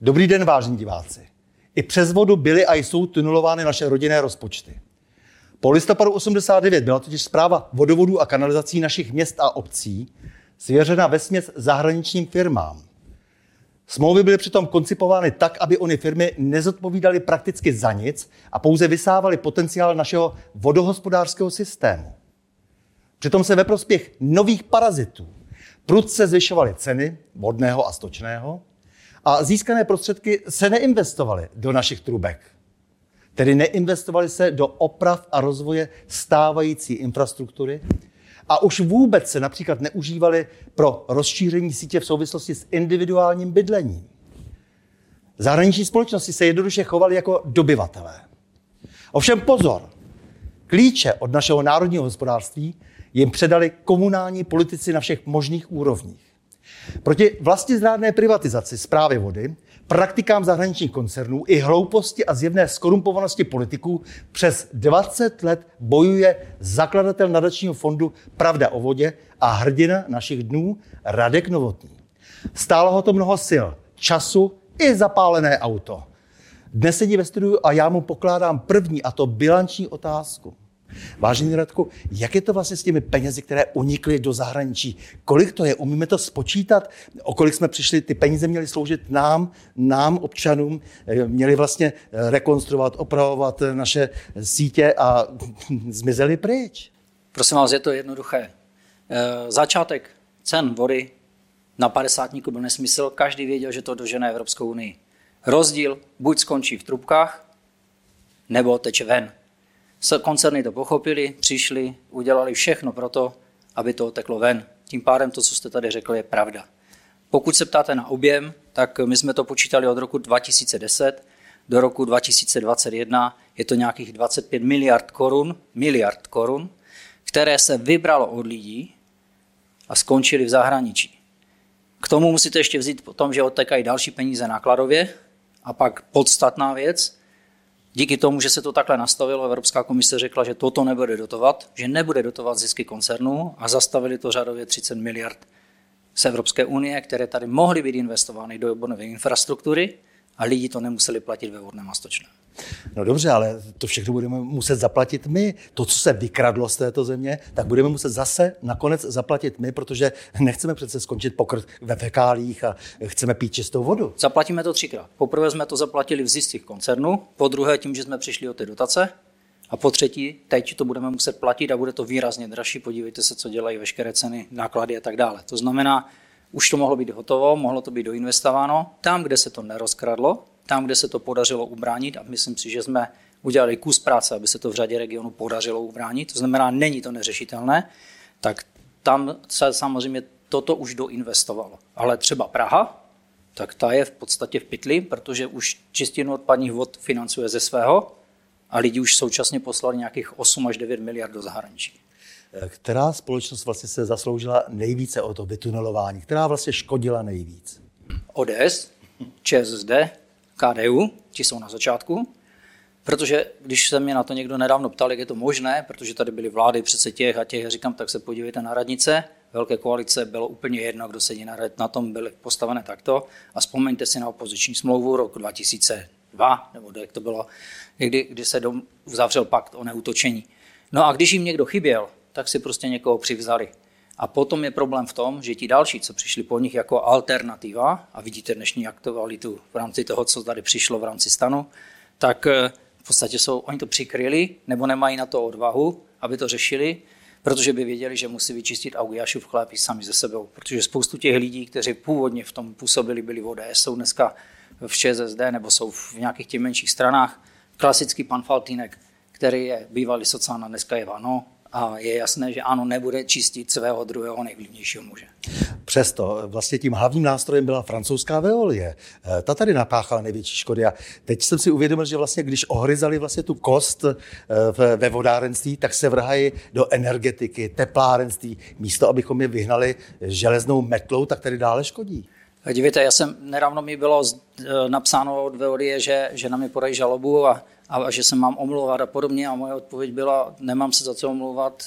Dobrý den, vážení diváci. I přes vodu byly a jsou tunelovány naše rodinné rozpočty. Po listopadu 89 byla totiž správa vodovodů a kanalizací našich měst a obcí svěřena vesměs zahraničním firmám. Smlouvy byly přitom koncipovány tak, aby ony firmy nezodpovídaly prakticky za nic a pouze vysávaly potenciál našeho vodohospodářského systému. Přitom se ve prospěch nových parazitů prudce zvyšovaly ceny vodného a stočného a získané prostředky se neinvestovaly do našich trubek. Tedy neinvestovaly se do oprav a rozvoje stávající infrastruktury a už vůbec se například neužívaly pro rozšíření sítě v souvislosti s individuálním bydlením. Zahraniční společnosti se jednoduše chovaly jako dobyvatelé. Ovšem pozor, klíče od našeho národního hospodářství jim předali komunální politici na všech možných úrovních. Proti vlastizrádné privatizaci správy vody, praktikám zahraničních koncernů i hlouposti a zjevné skorumpovanosti politiků přes 20 let bojuje zakladatel nadačního fondu Pravda o vodě a hrdina našich dnů Radek Novotný. Stálo ho to mnoho sil, času i zapálené auto. Dnes sedí ve studiu a já mu pokládám první, a to bilanční otázku. Vážený Radku, jak je to vlastně s těmi penězi, které unikly do zahraničí? Kolik to je? Umíme to spočítat? O kolik jsme přišli? Ty peníze měly sloužit nám občanům, měly vlastně rekonstruovat, opravovat naše sítě a zmizely pryč. Prosím vás, je to jednoduché. Začátek cen vody na 50 byl nesmysl. Každý věděl, že to dožene Evropskou unii. Rozdíl buď skončí v trubkách, nebo teče ven. Koncerny to pochopili, přišli, udělali všechno pro to, aby to teklo ven. Tím pádem to, co jste tady řekl, je pravda. Pokud se ptáte na objem, tak my jsme to počítali od roku 2010 do roku 2021. Je to nějakých 25 miliard korun, které se vybralo od lidí a skončily v zahraničí. K tomu musíte ještě vzít potom, že odtekají další peníze nákladově a pak podstatná věc. Díky tomu, že se to takhle nastavilo, Evropská komise řekla, že toto nebude dotovat, že nebude dotovat zisky koncernů a zastavili to řadově 30 miliard z Evropské unie, které tady mohly být investovány do obnovy infrastruktury a lidi to nemuseli platit ve vodném a stočném. No dobře, ale to všechno budeme muset zaplatit my. To, co se vykradlo z této země, tak budeme muset zase nakonec zaplatit my, protože nechceme přece skončit pokrt ve fekálích a chceme pít čistou vodu. Zaplatíme to 3krát. Poprvé jsme to zaplatili v ziscích koncernů, po druhé tím, že jsme přišli o ty dotace a po třetí, teď to budeme muset platit a bude to výrazně dražší. Podívejte se, co dělají veškeré ceny, náklady a tak dále. To znamená, už to mohlo být hotovo, mohlo to být doinvestováno. Tam, kde se to nerozkradlo, tam, kde se to podařilo ubránit, a myslím si, že jsme udělali kus práce, aby se to v řadě regionů podařilo ubránit, to znamená, není to neřešitelné, tak tam se samozřejmě toto už doinvestovalo. Ale třeba Praha, tak ta je v podstatě v pytli, protože už čistinu odpadních vod financuje ze svého a lidi už současně poslali nějakých 8 až 9 miliard do zahraničí. Která společnost vlastně se zasloužila nejvíce o to vytunelování? Která vlastně škodila nejvíc? ODS, ČSSD, KDU, ti jsou na začátku, protože když se mě na to někdo nedávno ptal, jak je to možné, protože tady byly vlády přece těch a těch, a říkám, tak se podívejte na radnice, velké koalice, bylo úplně jedno, kdo sedí na tom, byly postavené takto a vzpomeňte si na opoziční smlouvu roku 2002, nebo jak to bylo, kdy se uzavřel pakt o neútočení. No a když jim někdo chyběl, tak si prostě někoho přivzali. A potom je problém v tom, že ti další, co přišli po nich jako alternativa, a vidíte dnešní aktualitu v rámci toho, co tady přišlo v rámci stanu, tak v podstatě oni to přikryli, nebo nemají na to odvahu, aby to řešili, protože by věděli, že musí vyčistit Augiašův chléb i sami ze sebou. Protože spoustu těch lidí, kteří původně v tom působili, byli v ODS, jsou dneska v ČSSD nebo jsou v nějakých těch menších stranách. Klasický pan Faltýnek, který je bývalý socán a dneska je v ANO, a je jasné, že ANO nebude čistit svého druhého nejvlivnějšího muže. Přesto vlastně tím hlavním nástrojem byla francouzská Veolie. Ta tady napáchala největší škody a teď jsem si uvědomil, že vlastně když ohryzali vlastně tu kost ve vodárenství, tak se vrhají do energetiky, teplárenství. Místo, abychom je vyhnali železnou metlou, tak tady dále škodí. Dívejte, nedávno mi bylo napsáno od Veolie, že na mě podají žalobu a že se mám omlouvat a podobně a moje odpověď byla, nemám se za co omlouvat,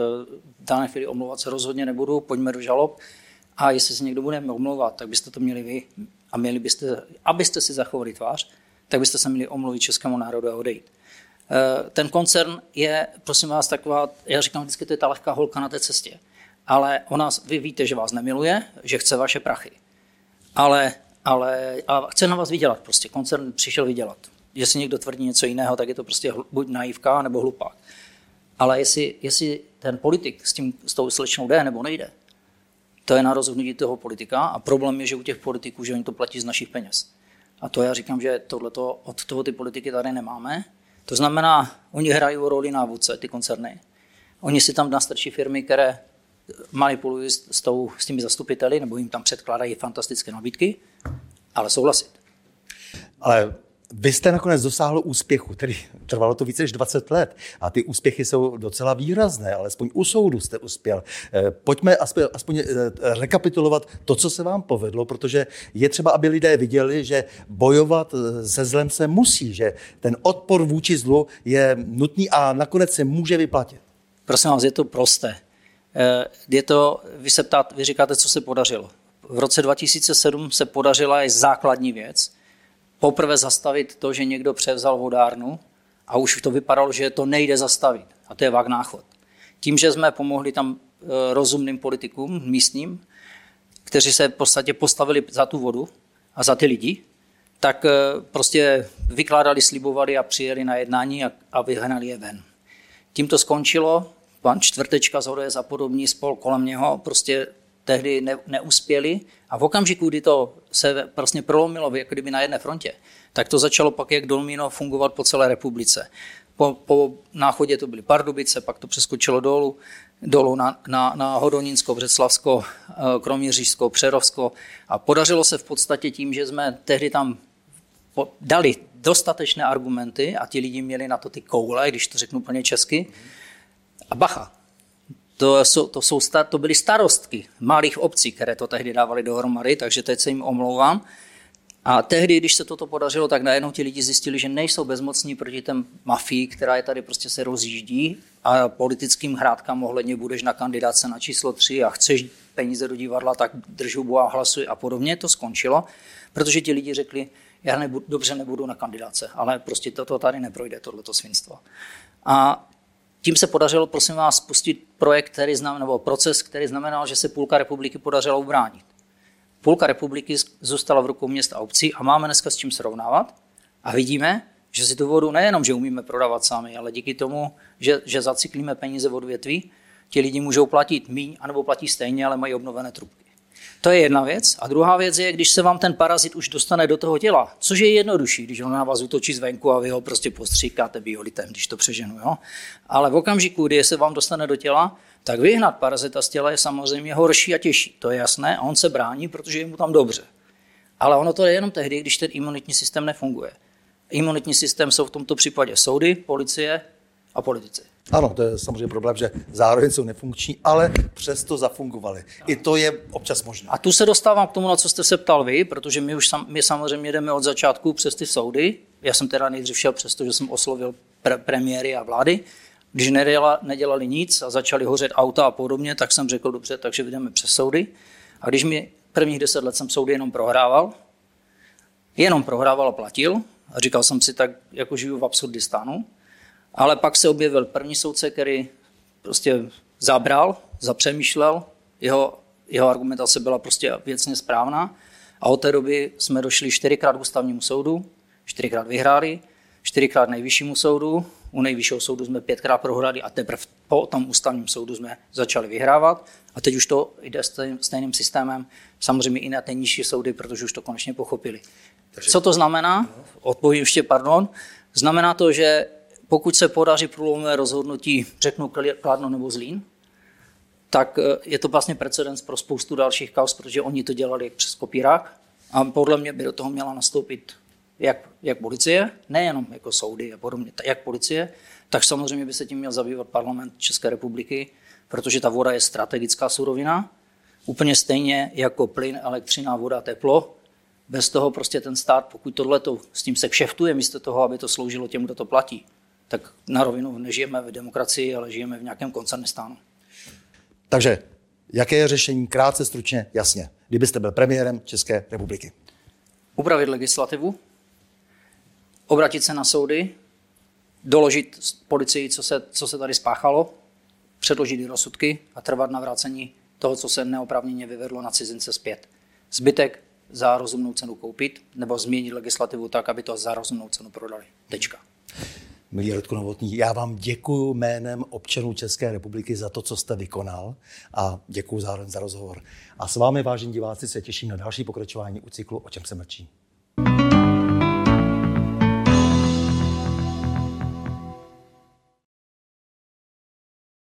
v dané chvíli omlouvat se rozhodně nebudu, pojďme do žalob a jestli se někdo bude omlouvat, tak byste to měli vy. a měli byste, abyste si zachovali tvář, tak byste se měli omluvit českému národu a odejít. Ten koncern je, prosím vás, taková, já říkám vždycky, to je ta lehká holka na té cestě. Ale vy víte, že vás nemiluje, že chce vaše prachy. Ale a chce na vás vydělat prostě. Koncern přišel vydělat. Jestli někdo tvrdí něco jiného, tak je to prostě buď naivka, nebo hlupák. Ale jestli ten politik s tou slečnou jde nebo nejde, to je na rozhodnutí toho politika a problém je, že u těch politiků, že oni to platí z našich peněz. A to já říkám, že tohleto, od toho ty politiky tady nemáme. To znamená, oni hrají roli na vůdce, ty koncerny. Oni si tam nastrčí firmy, které manipulují s těmi zastupiteli, nebo jim tam předkládají fantastické nabídky, ale souhlasit. Ale vy jste nakonec dosáhl úspěchu, tedy trvalo to více než 20 let a ty úspěchy jsou docela výrazné, alespoň u soudu jste uspěl. Pojďme aspoň rekapitulovat to, co se vám povedlo, protože je třeba, aby lidé viděli, že bojovat se zlem se musí, že ten odpor vůči zlu je nutný a nakonec se může vyplatit. Prosím vás, je to prosté. Vy říkáte, co se podařilo. V roce 2007 se podařila i základní věc. Poprvé zastavit to, že někdo převzal vodárnu a už to vypadalo, že to nejde zastavit. A to je Vagnáchod. Tím, že jsme pomohli tam rozumným politikům místním, kteří se v podstatě postavili za tu vodu a za ty lidi, tak prostě vykládali, slibovali a přijeli na jednání a vyhnali je ven. Tím to skončilo. Pan Čtvrtečka z ODS a podobný spol kolem něho prostě tehdy neuspěli a v okamžiku, kdy to se prostě prolomilo jako kdyby na jedné frontě, tak to začalo pak jak domino fungovat po celé republice. Po Náchodě to byly Pardubice, pak to přeskočilo dolů na Hodonínsko, Břeclavsko, Kroměřížsko, Přerovsko a podařilo se v podstatě tím, že jsme tehdy tam dali dostatečné argumenty a ti lidi měli na to ty koule, když to řeknu plně česky. A bacha, to byly starostky malých obcí, které to tehdy dávali dohromady, takže teď se jim omlouvám. A tehdy, když se toto podařilo, tak najednou ti lidi zjistili, že nejsou bezmocní proti té mafii, která je tady prostě se rozjíždí a politickým hrádkám ohledně budeš na kandidátce na číslo 3 a chceš peníze do divadla, tak drž hubu a hlasuj a podobně. To skončilo, protože ti lidi řekli, já nebudu na kandidátce, ale prostě toto tady neprojde, tohleto svinstvo. A tím se podařilo, prosím vás, spustit projekt, nebo proces, který znamenal, že se půlka republiky podařilo ubránit. Půlka republiky zůstala v rukou měst a obcí a máme dneska s čím srovnávat a vidíme, že si tu vodu nejenom, že umíme prodávat sami, ale díky tomu, že zacyklíme peníze v odvětví, ti lidi můžou platit míň, anebo platí stejně, ale mají obnovené trubky. To je jedna věc. A druhá věc je, když se vám ten parazit už dostane do toho těla, což je jednodušší, když on na vás útočí zvenku a vy ho prostě postříkáte biolitem, když to přeženu. Jo? Ale v okamžiku, kdy se vám dostane do těla, tak vyhnat parazita z těla je samozřejmě horší a těžší. To je jasné a on se brání, protože je mu tam dobře. Ale ono to je jenom tehdy, když ten imunitní systém nefunguje. Imunitní systém jsou v tomto případě soudy, policie a politici. Ano, to je samozřejmě problém, že zároveň jsou nefunkční, ale přesto zafungovaly. I to je občas možné. A tu se dostávám k tomu, na co jste se ptal vy, protože my samozřejmě jdeme od začátku přes ty soudy. Já jsem teda nejdřív šel přesto, že jsem oslovil premiéry a vlády. Když nedělali nic a začali hořet auta a podobně, tak jsem řekl dobře, takže jdeme přes soudy. A když mi prvních 10 let jsem soudy jenom prohrával a platil a říkal jsem si tak, jako žiju v Absurdistánu, ale pak se objevil první soudce, který prostě zapřemýšlel, jeho argumentace byla prostě věcně správná a od té doby jsme došli 4krát k ústavnímu soudu, 4krát vyhráli, 4krát nejvyššímu soudu, u nejvyššího soudu jsme 5krát prohráli a teprve po tom ústavním soudu jsme začali vyhrávat a teď už to jde stejným systémem, samozřejmě i na ty nižší soudy, protože už to konečně pochopili. Co to znamená? Odpovím ještě, Znamená to, že pokud se podaří průlomové rozhodnutí, řeknu Kladno nebo Zlín, tak je to vlastně precedens pro spoustu dalších kauz, protože oni to dělali přes kopírák a podle mě by do toho měla nastoupit jak policie, nejenom jako soudy a podobně, jak policie, tak samozřejmě by se tím měl zabývat parlament České republiky, protože ta voda je strategická surovina, úplně stejně jako plyn, elektřina, voda, teplo. Bez toho prostě ten stát, pokud tohleto s tím se kšeftuje místo toho, aby to sloužilo těm, kdo to platí, tak na rovinu nežijeme v demokracii, ale žijeme v nějakém koncernistánu. Takže jaké je řešení? Krátce, stručně, jasně. Kdybyste byl premiérem České republiky. upravit legislativu, obratit se na soudy, doložit policii, co se tady spáchalo, předložit i rozsudky a trvat na vrácení toho, co se neoprávněně vyvedlo na cizince zpět. Zbytek za rozumnou cenu koupit nebo změnit legislativu tak, aby to za rozumnou cenu prodali. Tečka. Milý Radku Novotný, já vám děkuji jménem občanů České republiky za to, co jste vykonal a děkuji zároveň za rozhovor. A s vámi, vážení diváci, se těším na další pokračování u cyklu O čem se mlčí.